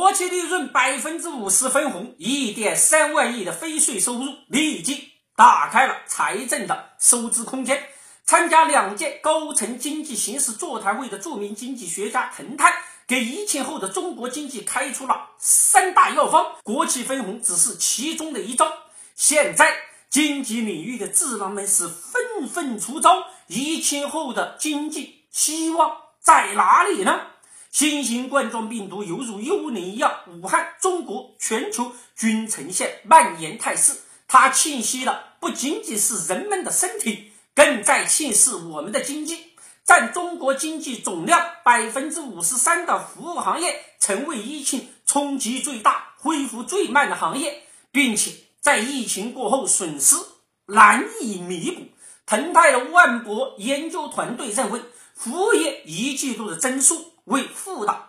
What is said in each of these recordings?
国企利润 50% 分红 1.3 万亿的非税收入，立即打开了财政的收支空间。参加2届高层经济形势座谈会的著名经济学家滕泰给疫情后的中国经济开出了3大药方，国企分红只是其中的一招。现在经济领域的智囊们是纷纷出招，疫情后的经济希望在哪里呢？新型冠状病毒犹如幽灵一样，武汉、中国、全球均呈现蔓延态势。它侵袭的不仅仅是人们的身体，更在侵蚀我们的经济。占中国经济总量 53% 的服务行业成为疫情冲击最大、恢复最慢的行业，并且在疫情过后损失难以弥补。滕泰的万博研究团队认为，服务业一季度的增速为负的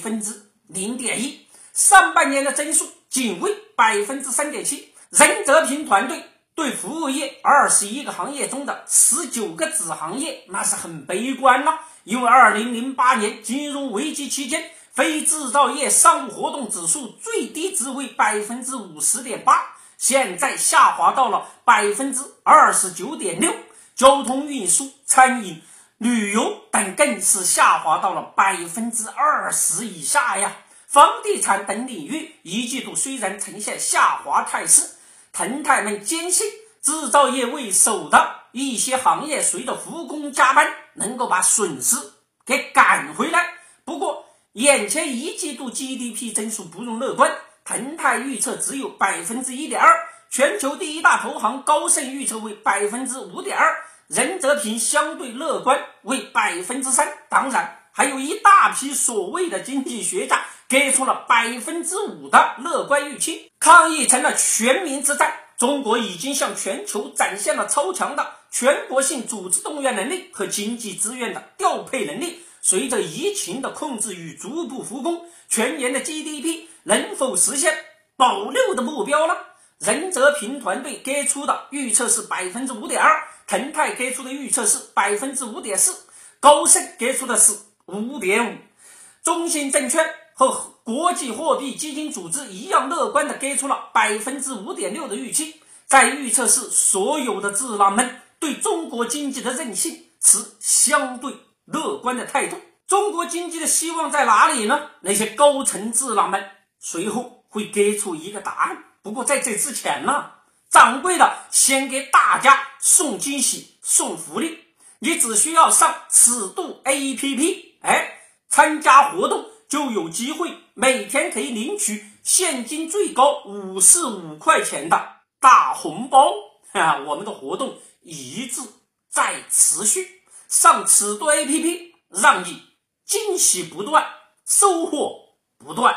0.1%， 上半年的增速仅为 3.7%。 任泽平团队对服务业21个行业中的19个子行业那是很悲观了，因为2008年金融危机期间，非制造业商务活动指数最低值为 50.8%， 现在下滑到了 29.6%， 交通运输、餐饮、旅游等更是下滑到了 20% 以下呀。房地产等领域一季度虽然呈现下滑态势，滕泰们坚信制造业为首的一些行业随着复工加班能够把损失给赶回来。不过眼前一季度 GDP 增速不容乐观，滕泰预测只有 1.2%， 全球第一大投行高盛预测为 5.2%， 任泽平相对乐观为 3%， 当然还有一大批所谓的经济学家给出了 5% 的乐观预期。抗疫成了全民之战，中国已经向全球展现了超强的全国性组织动员能力和经济资源的调配能力。随着疫情的控制与逐步复工，全年的 GDP 能否实现保六的目标呢？任泽平团队给出的预测是 5.2%， 滕泰给出的预测是 5.4%， 高盛给出的是 5.5%， 中信证券和国际货币基金组织一样乐观的给出了 5.6% 的预期。在预测时，所有的智囊们对中国经济的韧性持相对乐观的态度。中国经济的希望在哪里呢？那些高层智囊们随后会给出一个答案。不过在这之前呢，掌柜的先给大家送惊喜送福利。你只需要上尺度 APP， 参加活动就有机会每天可以领取现金最高55块钱的大红包。我们的活动一直在持续，上尺度 APP 让你惊喜不断，收获不断。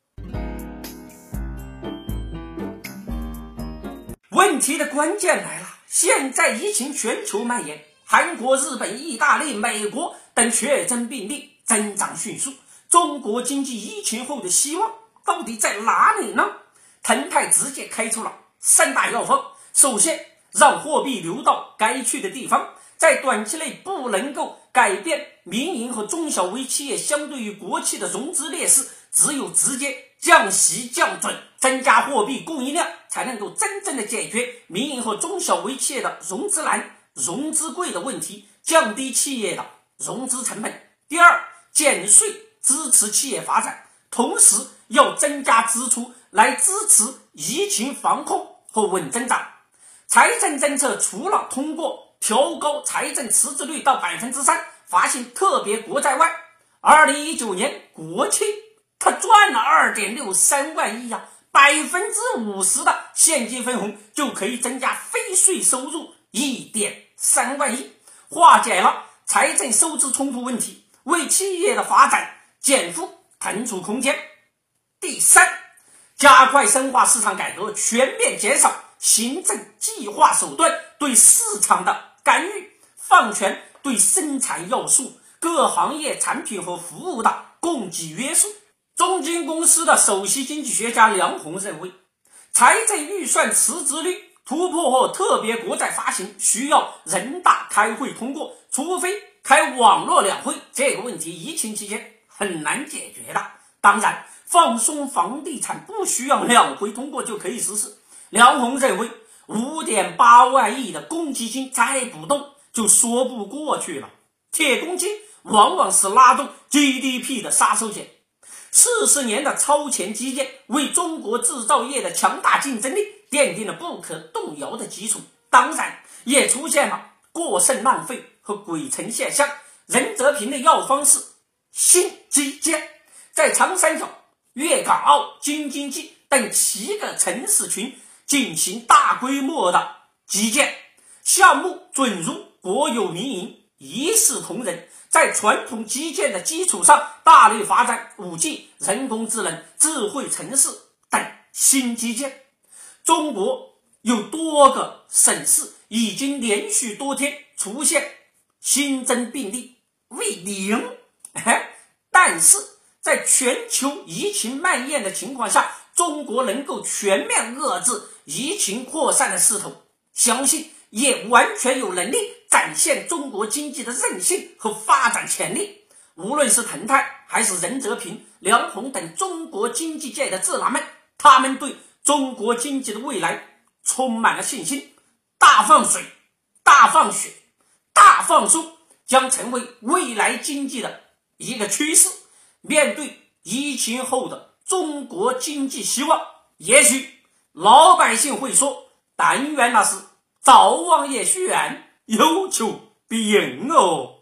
问题的关键来了，现在疫情全球蔓延，韩国、日本、意大利、美国等确诊病例增长迅速，中国经济疫情后的希望到底在哪里呢？滕泰直接开出了3大药方。首先，让货币流到该去的地方，在短期内不能够改变民营和中小微企业相对于国企的融资劣势，只有直接降息降准，增加货币供应量，才能够真正的解决民营和中小微企业的融资难、融资贵的问题，降低企业的融资成本。第二，减税支持企业发展，同时要增加支出来支持疫情防控和稳增长。财政政策除了通过调高财政赤字率到 3%， 发行特别国债外，2019年国企它赚了 2.63 万亿，50% 的现金分红就可以增加非税收入 1.3 万亿，化解了财政收支冲突问题，为企业的发展减负腾出空间。第三，加快深化市场改革，全面减少行政计划手段对市场的干预，放权对生产要素、各行业产品和服务的供给约束。中金公司的首席经济学家梁红认为，财政预算赤字率突破后特别国债发行需要人大开会通过，除非开网络两会，这个问题疫情期间很难解决的。 当然，放松房地产不需要两会通过就可以实施。梁鸿认为 5.8 万亿的公积金再不动就说不过去了。铁公鸡往往是拉动 GDP 的杀手锏。40年的超前基建为中国制造业的强大竞争力奠定了不可动摇的基础，当然也出现了过剩浪费和鬼城现象。任泽平的药方是新基建，在长三角、粤港澳、京津冀等7个城市群进行大规模的基建项目，准入国有民营，一视同仁。在传统基建的基础上大力发展 5G、 人工智能、智慧城市等新基建。中国有多个省市已经连续多天出现新增病例为0，但是在全球疫情蔓延的情况下，中国能够全面遏制疫情扩散的势头，相信也完全有能力展现中国经济的韧性和发展潜力。无论是滕泰还是任泽平、梁鸿等中国经济界的智囊们，他们对中国经济的未来充满了信心。大放水、大放血、大放松将成为未来经济的一个趋势。面对疫情后的中国经济希望，也许老百姓会说，但愿那是早晚也选，有求必应哦。